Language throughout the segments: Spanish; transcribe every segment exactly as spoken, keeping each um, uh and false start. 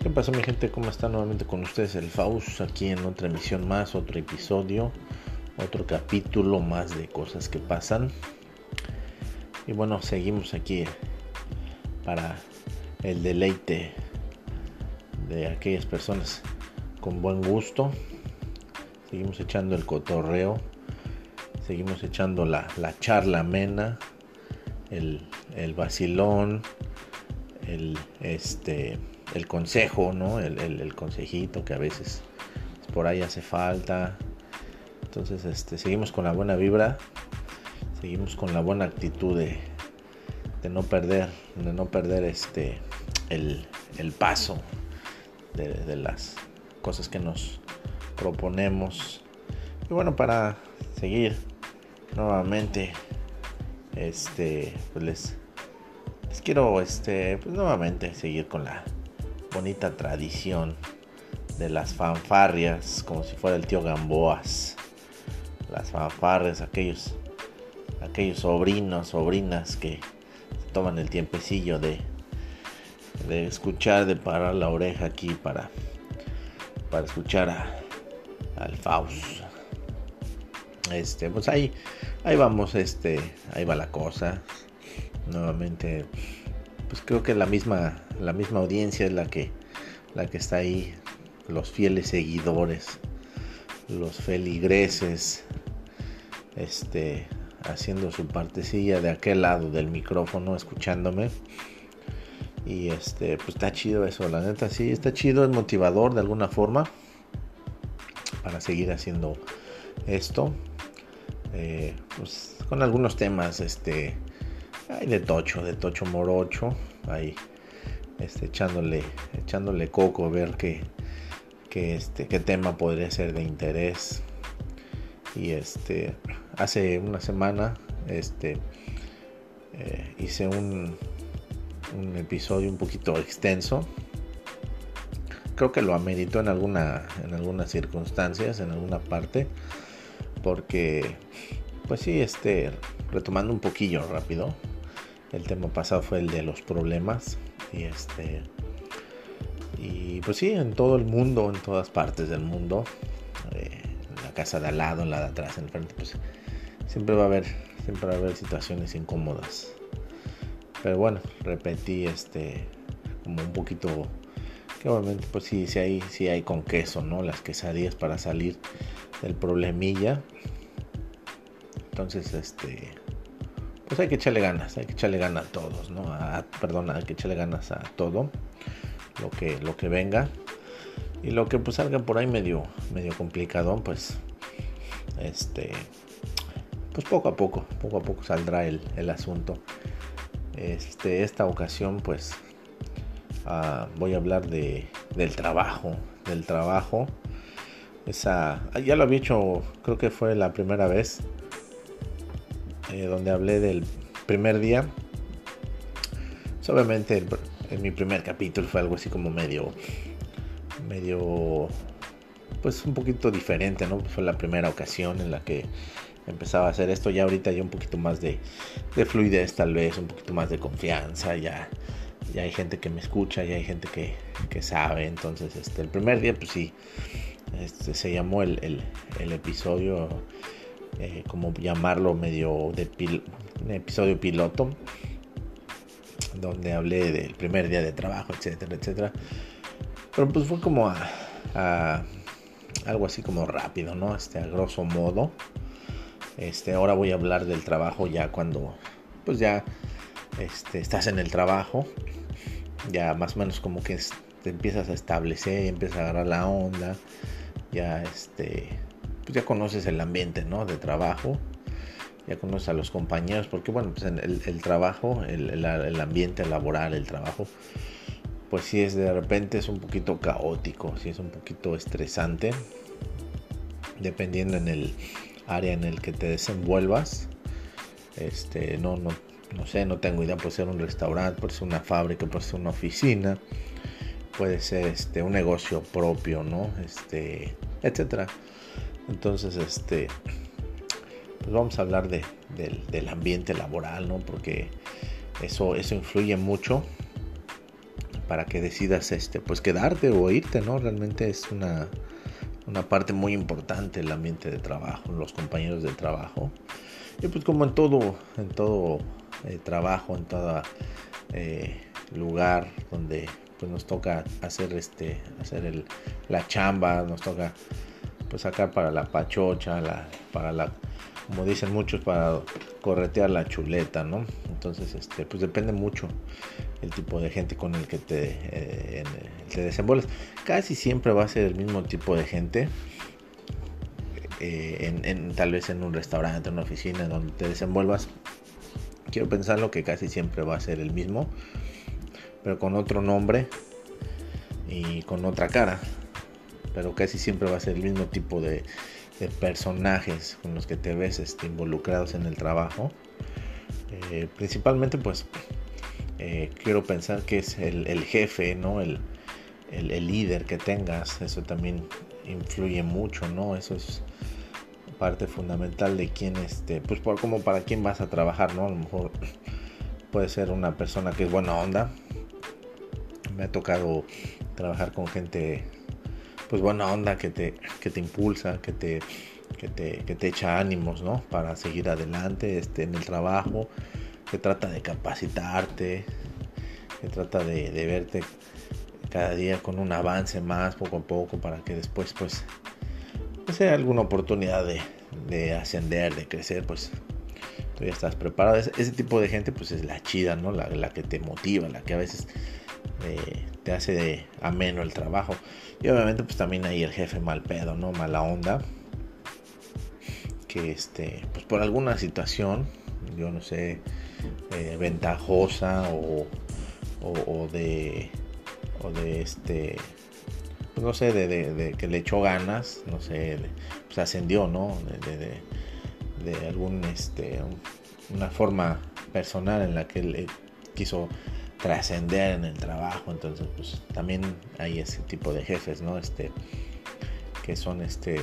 ¿Qué pasó, mi gente? ¿Cómo está? Nuevamente con ustedes el Faust, aquí en otra emisión más, otro episodio, otro capítulo más de cosas que pasan. Y bueno, seguimos aquí para el deleite de aquellas personas con buen gusto. Seguimos echando el cotorreo, seguimos echando la, la charla amena, el, el vacilón, el este el consejo, ¿no? El, el, el consejito que a veces por ahí hace falta. Entonces, este, seguimos con la buena vibra, seguimos con la buena actitud de, de no perder, de no perder este el, el paso de, de las cosas que nos proponemos. Y bueno, para seguir nuevamente, este, pues les, les quiero, este, pues nuevamente seguir con la bonita tradición de las fanfarrias, como si fuera el tío Gamboas. Las fanfarrias, aquellos aquellos sobrinos, sobrinas que se toman el tiempecillo de, de escuchar, de parar la oreja aquí para, para escuchar a, al Faust. Este, pues ahí, ahí vamos, este, ahí va la cosa. Nuevamente, pues creo que la misma, la misma audiencia es la que, la que está ahí, los fieles seguidores, los feligreses, este, haciendo su partecilla de aquel lado del micrófono, escuchándome. Y este, pues está chido eso, la neta, sí, está chido, es motivador de alguna forma para seguir haciendo esto. Eh, pues con algunos temas, este, hay de tocho, de tocho morocho, ahí, este, echándole, echándole coco, a ver qué, qué, este, qué tema podría ser de interés. Y este, hace una semana, este, eh, hice un, un episodio un poquito extenso. Creo que lo ameritó en alguna, en algunas circunstancias, en alguna parte, porque, pues sí, este, retomando un poquillo rápido, el tema pasado fue el de los problemas y este, y pues sí, en todo el mundo, en todas partes del mundo, eh, en la casa de al lado, en la de atrás, en el frente, pues siempre va a haber, siempre va a haber situaciones incómodas. Pero bueno, repetí este, como un poquito, que obviamente pues sí, sí hay, sí hay con queso, ¿no? Las quesadillas para salir del problemilla. Entonces, este, pues hay que echarle ganas, hay que echarle ganas a todos, ¿no? A, perdón, hay que echarle ganas a todo lo que, lo que venga. Y lo que pues salga por ahí medio, medio complicado, pues, este, pues poco a poco, poco a poco saldrá el, el asunto. Este, esta ocasión, pues, uh, voy a hablar de, del trabajo, del trabajo. Esa, ya lo había hecho, creo que fue la primera vez. Eh, donde hablé del primer día. Pues obviamente el, en mi primer capítulo fue algo así como medio medio pues un poquito diferente, ¿no? Pues fue la primera ocasión en la que empezaba a hacer esto. Ya ahorita ya un poquito más de, de fluidez, tal vez un poquito más de confianza. Ya, ya hay gente que me escucha, ya hay gente que, que sabe. Entonces este, el primer día pues sí, este, se llamó el, el, el episodio, Eh, como llamarlo, medio de pil- un episodio piloto, donde hablé del primer día de trabajo, etcétera, etcétera. Pero pues fue como a, a algo así como rápido, ¿no? Este, a grosso modo. Este, ahora voy a hablar del trabajo ya cuando, pues ya, este, estás en el trabajo, ya más o menos como que te empiezas a establecer y empiezas a agarrar la onda, ya, este, pues ya conoces el ambiente, ¿no? De trabajo, ya conoces a los compañeros, porque bueno, pues en el, el trabajo, el, el, el ambiente laboral, el trabajo, pues sí es de repente es un poquito caótico, sí es un poquito estresante, dependiendo en el área en el que te desenvuelvas. Este, no, no, no sé, no tengo idea, puede ser un restaurante, puede ser una fábrica, puede ser una oficina, puede ser este, un negocio propio, ¿no? Este, etcétera. Entonces, este, pues vamos a hablar de, de, del ambiente laboral, ¿no? Porque eso, eso influye mucho para que decidas este, pues quedarte o irte, ¿no? Realmente es una, una parte muy importante el ambiente de trabajo, los compañeros de trabajo. Y pues como en todo, en todo eh, trabajo, en todo eh, lugar donde pues nos toca hacer este, hacer el, la chamba, nos toca pues sacar para la pachocha, la, para la, como dicen muchos, para corretear la chuleta, ¿no? Entonces, este, pues depende mucho el tipo de gente con el que te, eh, te desenvuelves. Casi siempre va a ser el mismo tipo de gente, eh, en, en, tal vez en un restaurante, en una oficina donde te desenvuelvas. Quiero pensarlo que casi siempre va a ser el mismo, pero con otro nombre y con otra cara. Pero casi siempre va a ser el mismo tipo de, de personajes con los que te ves este, involucrados en el trabajo. Eh, principalmente pues eh, quiero pensar que es el, el jefe, ¿no? El, el, el líder que tengas. Eso también influye mucho, ¿no? Eso es parte fundamental de quién, este, pues por, como para quién vas a trabajar, ¿no? A lo mejor puede ser una persona que es buena onda. Me ha tocado trabajar con gente pues buena onda, que te, que te impulsa, que te, que te, que te echa ánimos, ¿no? Para seguir adelante este, en el trabajo, que trata de capacitarte, que trata de, de verte cada día con un avance más, poco a poco, para que después, pues, pues sea alguna oportunidad de, de ascender, de crecer, pues, tú ya estás preparado. Ese, ese tipo de gente, pues, es la chida, ¿no? La, la que te motiva, la que a veces eh, te hace de ameno el trabajo. Y obviamente pues también hay el jefe mal pedo, ¿no? Mala onda, que este, pues por alguna situación, yo no sé, eh, ventajosa o, o, o de o de este, pues no sé, de, de, de que le echó ganas, no sé, de, pues ascendió, ¿no? De, de, de, de algún este, una forma personal en la que él quiso trascender en el trabajo. Entonces pues también hay ese tipo de jefes, ¿no? Este, que son este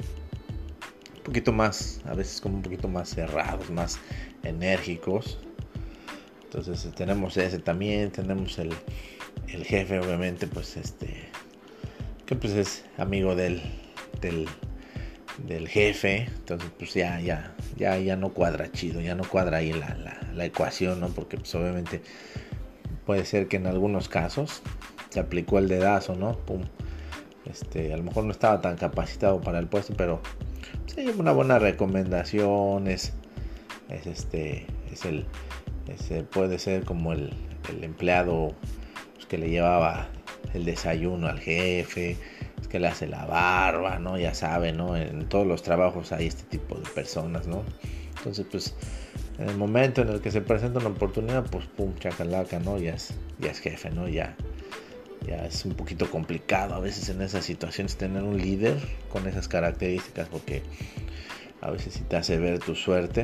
un poquito más, a veces como un poquito más cerrados, más enérgicos. Entonces tenemos ese también, tenemos el, el jefe, obviamente, pues este, que pues es amigo del, del, del jefe. Entonces pues ya, ya, ya, ya no cuadra chido, ya no cuadra ahí la, la, la ecuación, ¿no? Porque pues obviamente puede ser que en algunos casos se aplicó el dedazo, ¿no? Pum. Este, a lo mejor no estaba tan capacitado para el puesto, pero sí, una buena recomendación es, es este, es el, ese puede ser como el, el empleado pues, que le llevaba el desayuno al jefe, pues, que le hace la barba, ¿no? Ya sabe, ¿no? En todos los trabajos hay este tipo de personas, ¿no? Entonces, pues, en el momento en el que se presenta una oportunidad, pues pum, chacalaca, ¿no? Ya es, ya es jefe, ¿no? Ya, ya es un poquito complicado a veces en esas situaciones tener un líder con esas características, porque a veces sí te hace ver tu suerte.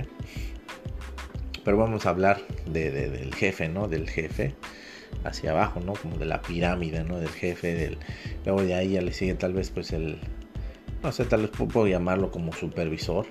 Pero vamos a hablar de, de, del jefe, ¿no? Del jefe hacia abajo, ¿no? Como de la pirámide, ¿no? Del jefe, del... luego de ahí ya le sigue tal vez pues el... no sé, tal vez puedo llamarlo como supervisor.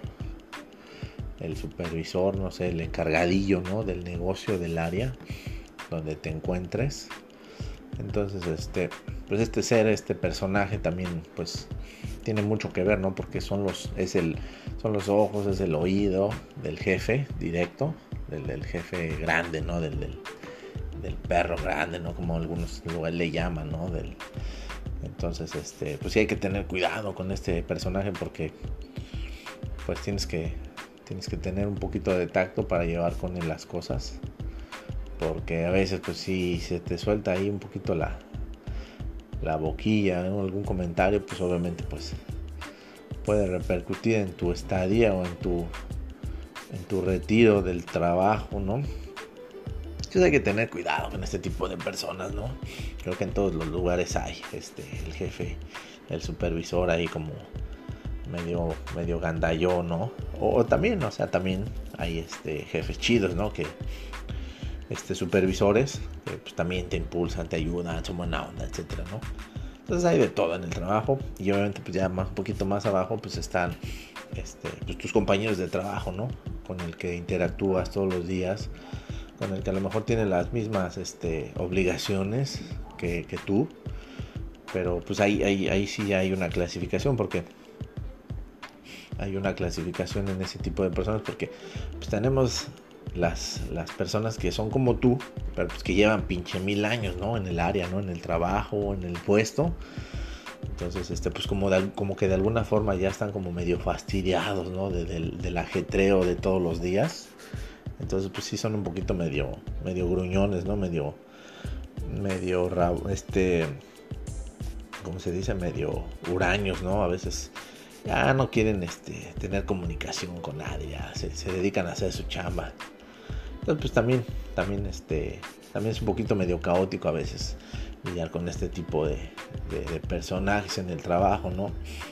El supervisor, no sé, el encargadillo, ¿no? Del negocio, del área donde te encuentres. Entonces, este, pues este ser, este personaje también, pues, tiene mucho que ver, ¿no? Porque son los, es el, son los ojos, es el oído del jefe directo, del, del jefe grande, ¿no? Del, del, del perro grande, ¿no? Como algunos lugares le llaman, ¿no? Del, entonces, este, pues sí hay que tener cuidado con este personaje, porque, pues, tienes que Tienes que tener un poquito de tacto para llevar con él las cosas, porque a veces pues si se te suelta ahí un poquito la, la boquilla, ¿no? Algún comentario, pues obviamente pues puede repercutir en tu estadía o en tu en tu retiro del trabajo, ¿no? Entonces hay que tener cuidado con este tipo de personas, ¿no? Creo que en todos los lugares hay este el jefe, el supervisor ahí como medio medio gandallón, ¿no? O, o también, o sea, también hay este jefes chidos, ¿no? Que este supervisores que pues también te impulsan, te ayudan, son buena onda, etcétera, ¿no? Entonces hay de todo en el trabajo. Y obviamente pues ya más un poquito más abajo pues están este pues tus compañeros de trabajo, ¿no? Con el que interactúas todos los días, con el que a lo mejor tiene las mismas este, obligaciones que, que tú, pero pues ahí, ahí, ahí sí hay una clasificación, porque hay una clasificación en ese tipo de personas, porque pues tenemos las, las personas que son como tú, pero pues que llevan pinche mil años, ¿no? En el área, ¿no? En el trabajo, en el puesto. Entonces, este, pues como, de, como que de alguna forma ya están como medio fastidiados, ¿no? De, de, del ajetreo de todos los días. Entonces, pues sí son un poquito medio, medio gruñones, ¿no? Medio, medio, este, ¿cómo se dice? Medio huraños, ¿no? A veces ya no quieren, este, tener comunicación con nadie, ya se, se dedican a hacer su chamba. Entonces, pues también, también, este, también es un poquito medio caótico a veces lidiar con este tipo de, de, de personajes en el trabajo, ¿no?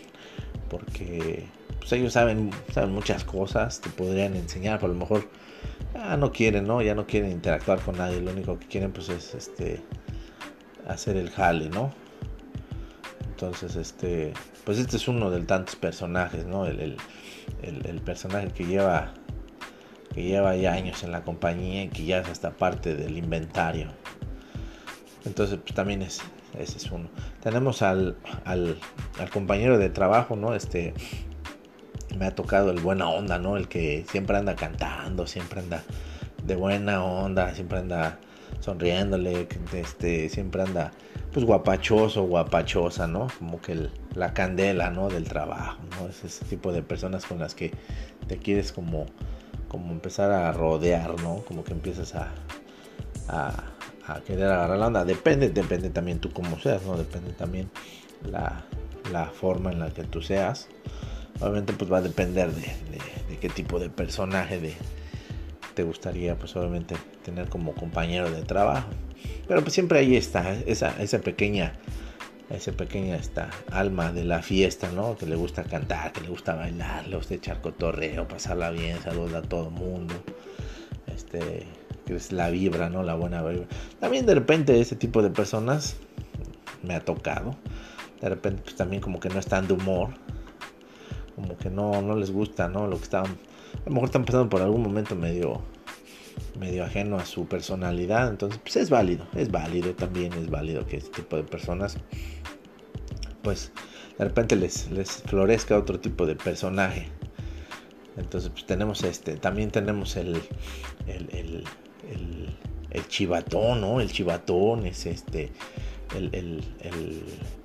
Porque pues ellos saben, saben muchas cosas, te podrían enseñar, pero a lo mejor ya no quieren, ¿no? Ya no quieren interactuar con nadie, lo único que quieren pues es este hacer el jale, ¿no? Entonces, este, pues este es uno de tantos personajes, ¿no? El, el, el, el personaje que lleva que lleva ya años en la compañía y que ya es hasta parte del inventario. Entonces, pues también es, ese es uno. Tenemos al, al, al compañero de trabajo, ¿no? Este, me ha tocado el buena onda, ¿no? El que siempre anda cantando, siempre anda de buena onda, siempre anda sonriéndole, este, siempre anda, pues guapachoso, guapachosa, ¿no? Como que el, la candela, ¿no? Del trabajo, ¿no? Es ese tipo de personas con las que te quieres como, como empezar a rodear, ¿no? Como que empiezas a, a a querer agarrar la onda. Depende, depende también tú como seas, ¿no? Depende también la, la forma en la que tú seas. Obviamente pues va a depender de, de, de qué tipo de personaje de, te gustaría pues obviamente tener como compañero de trabajo. Pero pues siempre ahí está esa, esa pequeña esa pequeña esta alma de la fiesta, ¿no? Que le gusta cantar, que le gusta bailar, le gusta echar cotorreo, pasarla bien, saludar a todo el mundo. Este... que es la vibra, ¿no? La buena vibra. También de repente ese tipo de personas me ha tocado. De repente pues también como que no están de humor. Como que no, no les gusta, ¿no? Lo que están... A lo mejor están pasando por algún momento medio... medio ajeno a su personalidad. Entonces pues es válido. Es válido también. Es válido que este tipo de personas pues de repente les, les florezca otro tipo de personaje. Entonces pues tenemos este. También tenemos el... el, el El, el chivatón, ¿no? El chivatón es este el, el, el,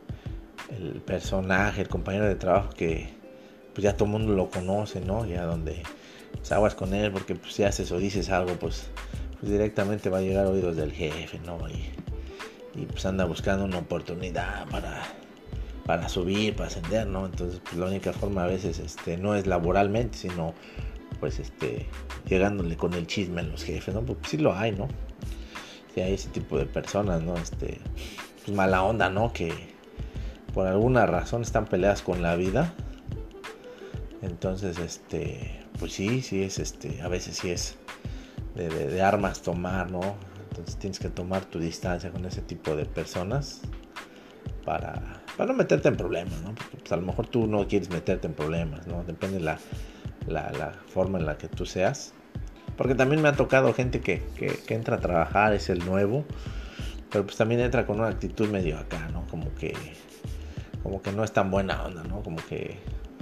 el personaje, el compañero de trabajo que pues ya todo el mundo lo conoce, ¿no? Ya donde pues, aguas con él porque pues si haces o dices algo pues, pues directamente va a llegar a oídos del jefe, ¿no? Y, y pues anda buscando una oportunidad para, para subir, para ascender, ¿no? Entonces pues la única forma a veces este no es laboralmente, sino pues este llegándole con el chisme a los jefes, ¿no? Porque sí lo hay, ¿no? Sí hay ese tipo de personas, ¿no? Este, pues mala onda, ¿no? Que por alguna razón están peleadas con la vida. Entonces, este, pues sí, sí es, este, a veces sí es de, de, de armas tomar, ¿no? Entonces tienes que tomar tu distancia con ese tipo de personas para, para no meterte en problemas, ¿no? Porque pues a lo mejor tú no quieres meterte en problemas, ¿no? Depende de la La, la forma en la que tú seas, porque también me ha tocado gente que, que, que entra a trabajar, es el nuevo, pero pues también entra con una actitud medio acá, ¿no? Como que como que no es tan buena onda, ¿no? Como que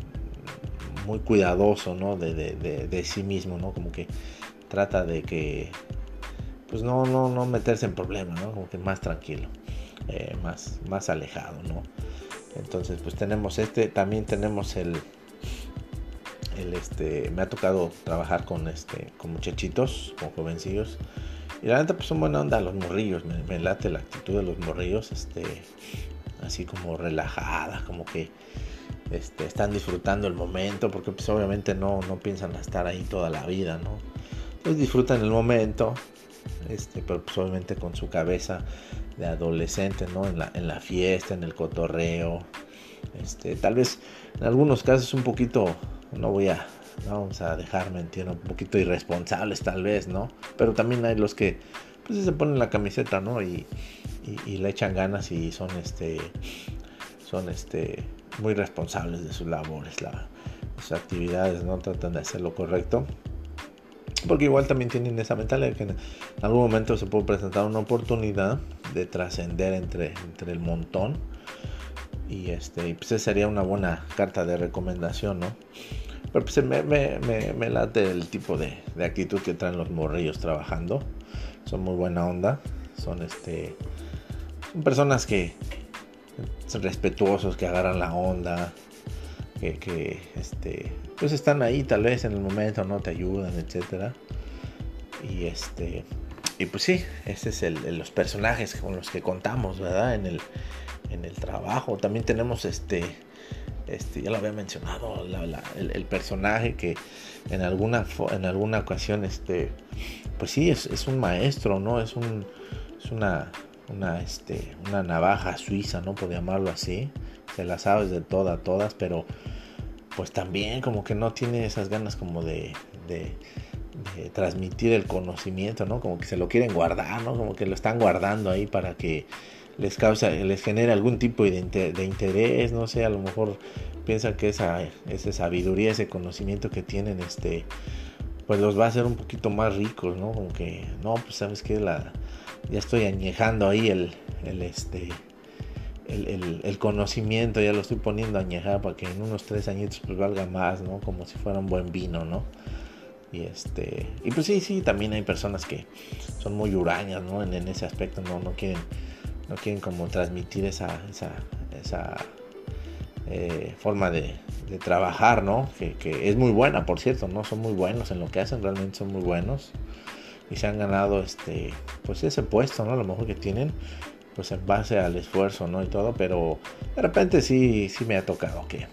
muy cuidadoso, ¿no? De, de, de, de sí mismo, ¿no? Como que trata de que pues no, no, no meterse en problemas, ¿no? Como que más tranquilo, eh, más, más alejado, ¿no? Entonces pues tenemos este, también tenemos el El, este, me ha tocado trabajar con, este, con muchachitos, con jovencillos. Y la neta, pues son buena onda los morrillos. Me, me late la actitud de los morrillos, este, así como relajada, como que este, están disfrutando el momento, porque pues obviamente no, no piensan estar ahí toda la vida, ¿no? Entonces disfrutan el momento, este, pero pues obviamente con su cabeza de adolescente, ¿no? En la, en la fiesta, en el cotorreo. Este, tal vez en algunos casos un poquito... No voy a, no vamos a dejarme, entiendo, un poquito irresponsables tal vez, ¿no? Pero también hay los que, pues se ponen la camiseta, ¿no? Y, y, y le echan ganas y son, este, son, este, muy responsables de sus labores, la, sus actividades, ¿no? Tratan de hacer lo correcto. porque igual también tienen esa mentalidad que en algún momento se puede presentar una oportunidad de trascender entre, entre el montón, y este pues esa sería una buena carta de recomendación, ¿no? Pero pues me, me, me, me late el tipo de, de actitud que traen los morrillos trabajando. Son muy buena onda, son este son personas que son respetuosos, que agarran la onda, que, que este pues están ahí tal vez en el momento, no te ayudan, etcétera. Y este y pues sí, ese es el, el, los personajes con los que contamos, ¿verdad? En el en el trabajo. También tenemos este este ya lo había mencionado, la, la, el, el personaje que en alguna en alguna ocasión este pues sí es, es un maestro, ¿no? Es un es una una este una navaja suiza, ¿no? Por llamarlo así. Se la sabes de todas, todas, pero pues también como que no tiene esas ganas como de, de, de transmitir el conocimiento, ¿no? Como que se lo quieren guardar, ¿no? Como que lo están guardando ahí para que les causa, les genere algún tipo de, inter, de interés, no sé, a lo mejor piensan que esa, esa sabiduría, ese conocimiento que tienen, este, pues los va a hacer un poquito más ricos, ¿no? Como que, no, pues sabes que la, ya estoy añejando ahí el, el este... El, el, el conocimiento, ya lo estoy poniendo a añejar para que en unos tres añitos pues valga más, ¿no? Como si fuera un buen vino, ¿no? Y este y pues sí, sí, también hay personas que son muy hurañas, ¿no? En, en ese aspecto, no, no quieren, no quieren como transmitir esa, esa, esa eh, forma de, de trabajar, ¿no? Que, que es muy buena, por cierto, ¿no? Son muy buenos en lo que hacen, realmente son muy buenos y se han ganado este, pues ese puesto, ¿no? A lo mejor que tienen, pues en base al esfuerzo, ¿no? Y todo, pero de repente sí, sí me ha tocado que,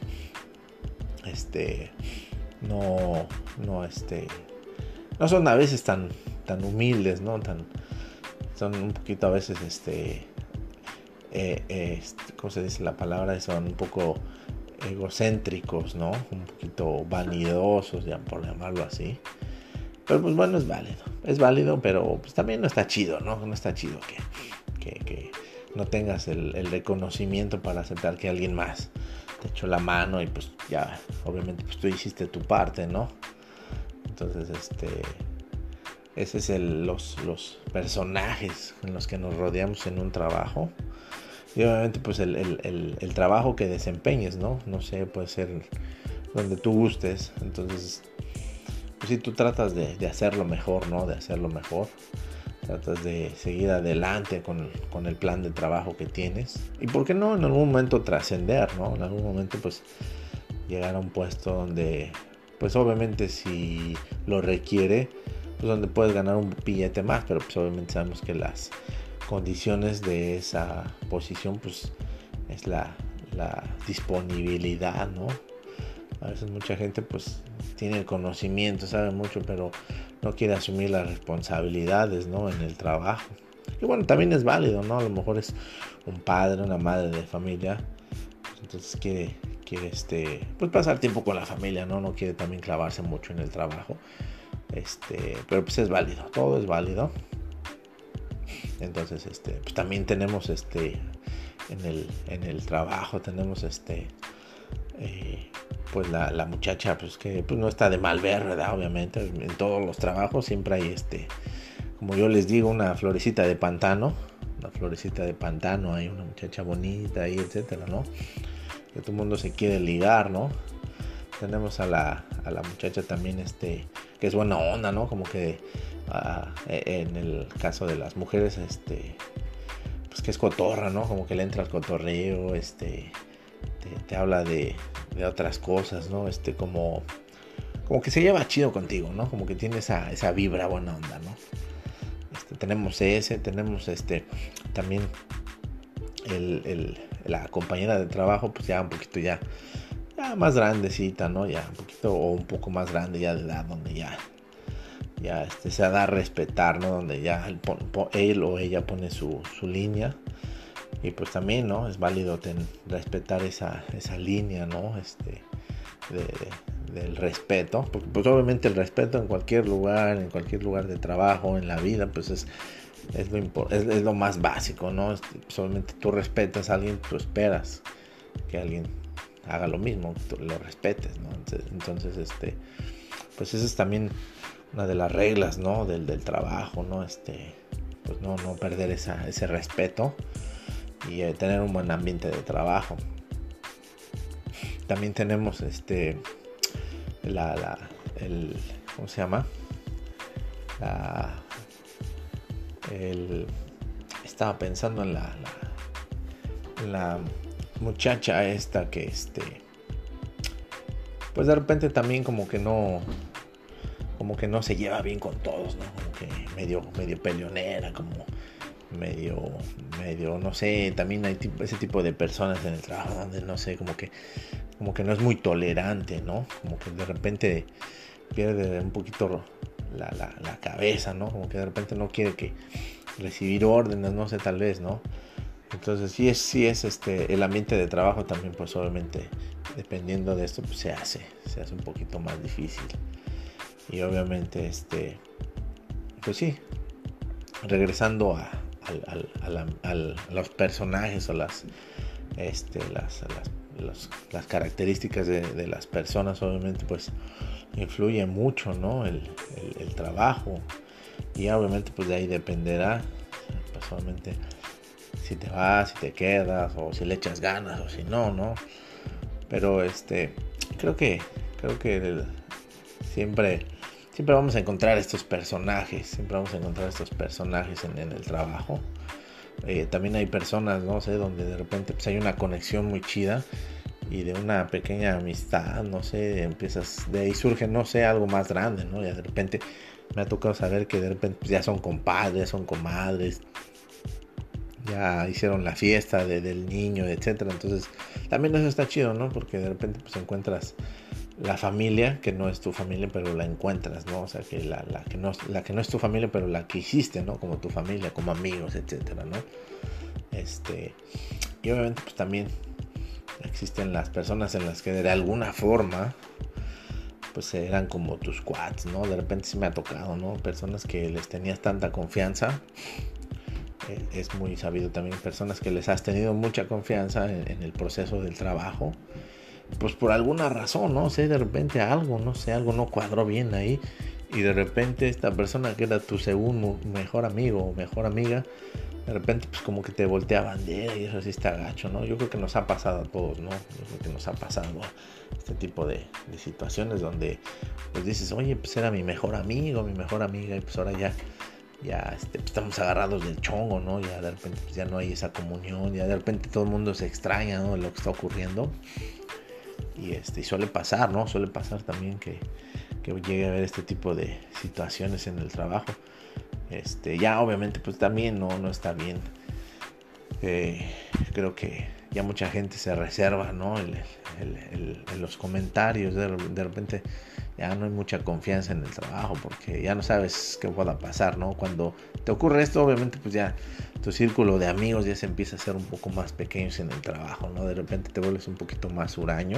este, no, no, este, no son a veces tan, tan humildes, ¿no? Tan, son un poquito a veces, este, eh, eh, ¿cómo se dice la palabra? Son un poco egocéntricos, ¿no? Un poquito vanidosos, ya por llamarlo así. Pero pues bueno, es válido, es válido, pero pues también no está chido, ¿no? No está chido que... Que, que no tengas el, el reconocimiento para aceptar que alguien más te echó la mano y pues ya, obviamente pues tú hiciste tu parte, ¿no? Entonces, este, ese es el, los, los personajes en los que nos rodeamos en un trabajo. Y obviamente pues el, el, el, el trabajo que desempeñes, ¿no? No sé, puede ser donde tú gustes. Entonces, pues si tú tratas de, de hacerlo mejor, ¿no? De hacerlo mejor. Tratas de seguir adelante con, con el plan de trabajo que tienes. Y por qué no en algún momento trascender, ¿no? En algún momento pues llegar a un puesto donde pues obviamente si lo requiere, pues donde puedes ganar un billete más. Pero pues obviamente sabemos que las condiciones de esa posición pues es la, la disponibilidad, ¿no? A veces mucha gente pues tiene el conocimiento, sabe mucho, pero no quiere asumir las responsabilidades, ¿no? En el trabajo. Y bueno, también es válido, ¿no? A lo mejor es un padre, una madre de familia, pues entonces quiere, quiere este, pues pasar tiempo con la familia, ¿no? No quiere también clavarse mucho en el trabajo. Este, pero pues es válido, todo es válido. Entonces, este, pues también tenemos este, en el, en el trabajo tenemos este, eh, pues la, la muchacha pues que pues no está de mal ver, ¿verdad? Obviamente en todos los trabajos siempre hay este, como yo les digo, una florecita de pantano, una florecita de pantano, hay una muchacha bonita ahí, etcétera, ¿no? Que todo el mundo se quiere ligar, ¿no? Tenemos a la, a la muchacha también este, que es buena onda, ¿no? Como que uh, en el caso de las mujeres, este, pues que es cotorra, ¿no? Como que le entra al cotorreo, este, te, te habla de de otras cosas, ¿no? Este, como, como que se lleva chido contigo, ¿no? Como que tiene esa, esa vibra buena onda, ¿no? Este, tenemos ese, tenemos este, también el, el, la compañera de trabajo, pues ya un poquito ya, ya más grandecita, ¿no? Ya un poquito o un poco más grande ya de edad, donde ya, ya este, se da a respetar, ¿no? Donde ya él, él o ella pone su, su línea. Y pues también, ¿no? Es válido ten, respetar esa, esa línea, ¿no? Este, de, de, del respeto. Porque pues obviamente el respeto en cualquier lugar, en cualquier lugar de trabajo, en la vida, pues es, es, lo, es, es lo más básico, ¿no? Este, pues obviamente tú respetas a alguien, tú esperas que alguien haga lo mismo, tú lo respetes, ¿no? Entonces, entonces este, pues ese es también una de las reglas, ¿no? Del, del trabajo, ¿no? Este, pues no, no perder esa, ese respeto y eh, tener un buen ambiente de trabajo. También tenemos este, la, la, el, ¿cómo se llama? La, el, estaba pensando en la, la, la muchacha esta que este, pues de repente también como que no, como que no se lleva bien con todos, ¿no? Como que medio, medio peleonera, como medio, medio, no sé, también hay tipo, ese tipo de personas en el trabajo donde no sé, como que, como que no es muy tolerante, ¿no? Como que de repente pierde un poquito la, la, la cabeza, ¿no? Como que de repente no quiere que recibir órdenes, no sé, tal vez, ¿no? Entonces sí es, sí es este, el ambiente de trabajo también, pues obviamente, dependiendo de esto, pues se hace, se hace un poquito más difícil. Y obviamente, este, pues sí, regresando a, al, al, al, al, a los personajes o las, este, las, las, las, las características de, de las personas, obviamente, pues influye mucho, ¿no? El, el, el trabajo. Y obviamente, pues de ahí dependerá, pues obviamente, si te vas, si te quedas, o si le echas ganas, o si no, ¿no? Pero este, creo que, creo que el, siempre, siempre vamos a encontrar estos personajes, siempre vamos a encontrar estos personajes en, en el trabajo. Eh, también hay personas, no sé, donde de repente pues, hay una conexión muy chida y de una pequeña amistad, no sé, empiezas, de ahí surge, no sé, algo más grande, ¿no? Ya de repente me ha tocado saber que de repente pues, ya son compadres, son comadres, ya hicieron la fiesta de, del niño, etcétera. Entonces también eso está chido, ¿no? Porque de repente pues encuentras la familia que no es tu familia, pero la encuentras, ¿no? O sea, que la, la, que no, la que no es tu familia, pero la que hiciste, ¿no? Como tu familia, como amigos, etcétera, ¿no? Este, y obviamente pues también existen las personas en las que de alguna forma pues eran como tus cuads, ¿no? De repente sí me ha tocado, ¿no? Personas que les tenías tanta confianza. Eh, es muy sabido también personas que les has tenido mucha confianza en, en el proceso del trabajo. Pues por alguna razón, no sé, de repente algo, no sé, algo no cuadró bien ahí. Y de repente esta persona que era tu segundo mejor amigo o mejor amiga, de repente pues como que te voltea bandera y eso sí está gacho, ¿no? Yo creo que nos ha pasado a todos, ¿no? Yo creo que nos ha pasado este tipo de, de situaciones donde pues dices, oye, pues era mi mejor amigo, mi mejor amiga y pues ahora ya, ya este, pues estamos agarrados del chongo, ¿no? Ya de repente pues ya no hay esa comunión, ya de repente todo el mundo se extraña, ¿no? De lo que está ocurriendo. Y, este, y suele pasar, ¿no? Suele pasar también que, que llegue a haber este tipo de situaciones en el trabajo. Este, ya obviamente pues también no, no está bien. Eh, creo que ya mucha gente se reserva, ¿no? El, el, el, el, los comentarios, de, de repente ya no hay mucha confianza en el trabajo porque ya no sabes qué pueda pasar, ¿no? Cuando te ocurre esto, obviamente pues ya tu círculo de amigos ya se empieza a hacer un poco más pequeños en el trabajo, ¿no? De repente te vuelves un poquito más huraño,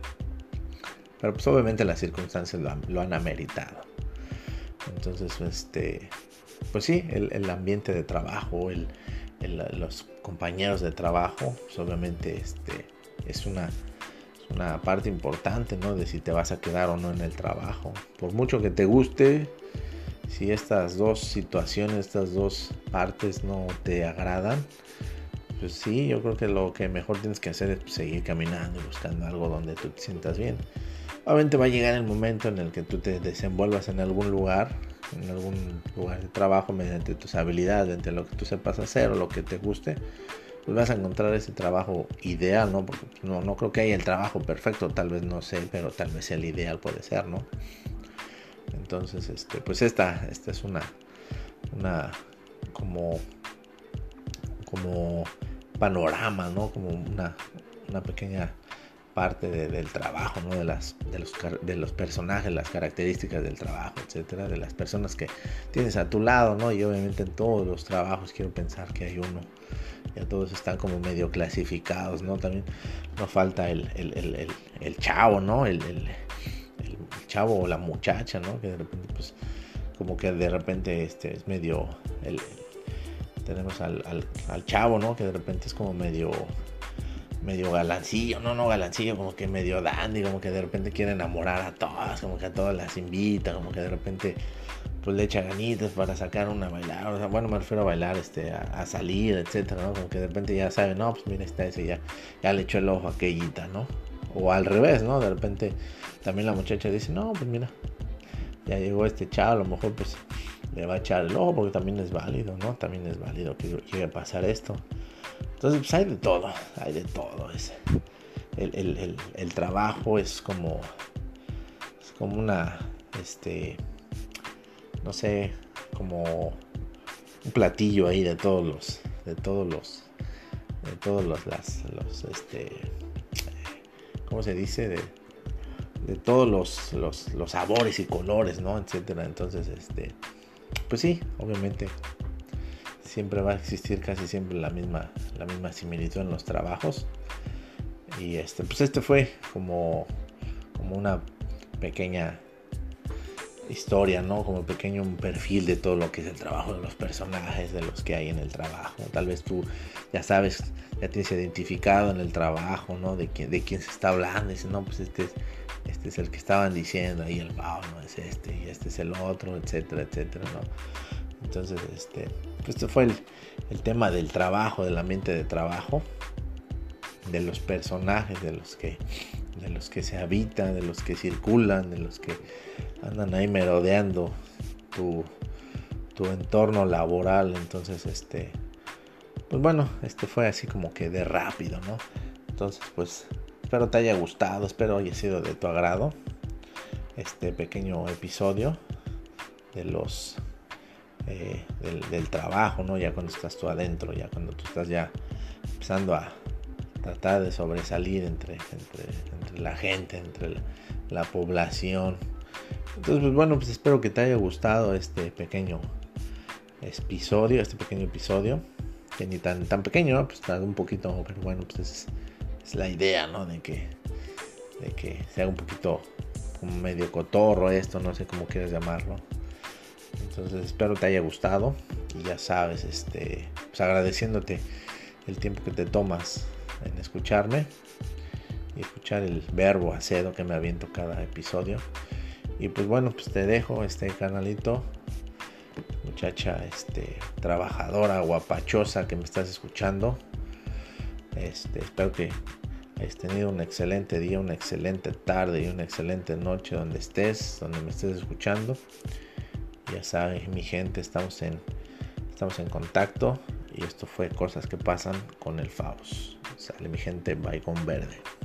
pero pues obviamente las circunstancias lo han, lo han ameritado. Entonces, este, pues sí, el, el ambiente de trabajo, el, el, los compañeros de trabajo, pues obviamente este, es una, una parte importante, ¿no? De si te vas a quedar o no en el trabajo. Por mucho que te guste, si estas dos situaciones, estas dos partes no te agradan, pues sí, yo creo que lo que mejor tienes que hacer es seguir caminando y buscando algo donde tú te sientas bien. Obviamente va a llegar el momento en el que tú te desenvuelvas en algún lugar, en algún lugar de trabajo mediante tus habilidades, mediante lo que tú sepas hacer o lo que te guste, pues vas a encontrar ese trabajo ideal, ¿no? Porque no, no creo que haya el trabajo perfecto, tal vez no sé, pero tal vez el ideal puede ser, ¿no? Entonces, este, pues esta, esta es una, una como, como panorama, ¿no? Como una, una pequeña parte de, del trabajo, ¿no? De las, de los, de los personajes, las características del trabajo, etcétera, de las personas que tienes a tu lado, ¿no? Y obviamente en todos los trabajos quiero pensar que hay uno. Ya todos están como medio clasificados, ¿no? También no falta el, el, el, el, el chavo, ¿no? El, el, el chavo o la muchacha, ¿no? Que de repente, pues, como que de repente este es medio... El, tenemos al, al, al chavo, ¿no? Que de repente es como medio... medio galancillo, no, no galancillo, como que medio dandy, como que de repente quiere enamorar a todas, como que a todas las invita, como que de repente pues le echa ganitas para sacar una a bailar, o sea, bueno, me refiero a bailar, este, a, a salir, etcétera, ¿no? Como que de repente ya sabe, no, pues mira, está ese, ya, ya le echó el ojo a aquellita, ¿no? O al revés, ¿no? De repente también la muchacha dice, no, pues mira, ya llegó este chavo, a lo mejor pues le va a echar el ojo porque también es válido, ¿no? También es válido que llegue a pasar esto. Entonces, pues hay de todo, hay de todo. Es, el, el, el, el trabajo es como, es como una, este, no sé, como un platillo ahí de todos los, de todos los, de todos los, las, los, este, ¿cómo se dice? De, de todos los, los, los sabores y colores, ¿no? Etcétera. Entonces, este, pues sí, obviamente siempre va a existir casi siempre la misma, la misma similitud en los trabajos. Y este, pues este fue como, como una pequeña historia, ¿no? Como un pequeño un perfil de todo lo que es el trabajo, de los personajes, de los que hay en el trabajo. Tal vez tú ya sabes, ya tienes identificado en el trabajo, ¿no? De quién, de quién se está hablando. Dices, no, pues este es, este es el que estaban diciendo ahí, el Pau, no es este, y este es el otro, etcétera, etcétera, ¿no? Entonces, este, pues este fue el, el tema del trabajo, del ambiente de trabajo, de los personajes, de los que, de los que se habitan, de los que circulan, de los que andan ahí merodeando tu, tu entorno laboral. Entonces, este, pues bueno, este fue así como que de rápido, ¿no? Entonces, pues espero te haya gustado, espero haya sido de tu agrado este pequeño episodio de los Eh, del, del trabajo, ¿no? Ya cuando estás tú adentro, ya cuando tú estás ya empezando a tratar de sobresalir entre, entre, entre la gente, entre la, la población. Entonces, pues bueno, pues espero que te haya gustado este pequeño episodio, este pequeño episodio, que ni tan, tan pequeño, ¿no? Pues está un poquito, pero bueno, pues es, es la idea, ¿no? De que, de que sea un poquito como medio cotorro esto, no sé cómo quieres llamarlo. Entonces espero te haya gustado y ya sabes, este, pues agradeciéndote el tiempo que te tomas en escucharme y escuchar el verbo acedo que me aviento cada episodio. Y pues bueno, pues te dejo este canalito, muchacha, este, trabajadora, guapachosa que me estás escuchando. Este, espero que hayas tenido un excelente día, una excelente tarde y una excelente noche donde estés, donde me estés escuchando. Ya saben, mi gente, estamos en, estamos en contacto y esto fue Cosas que Pasan con el Faust. Sale mi gente, bye con verde.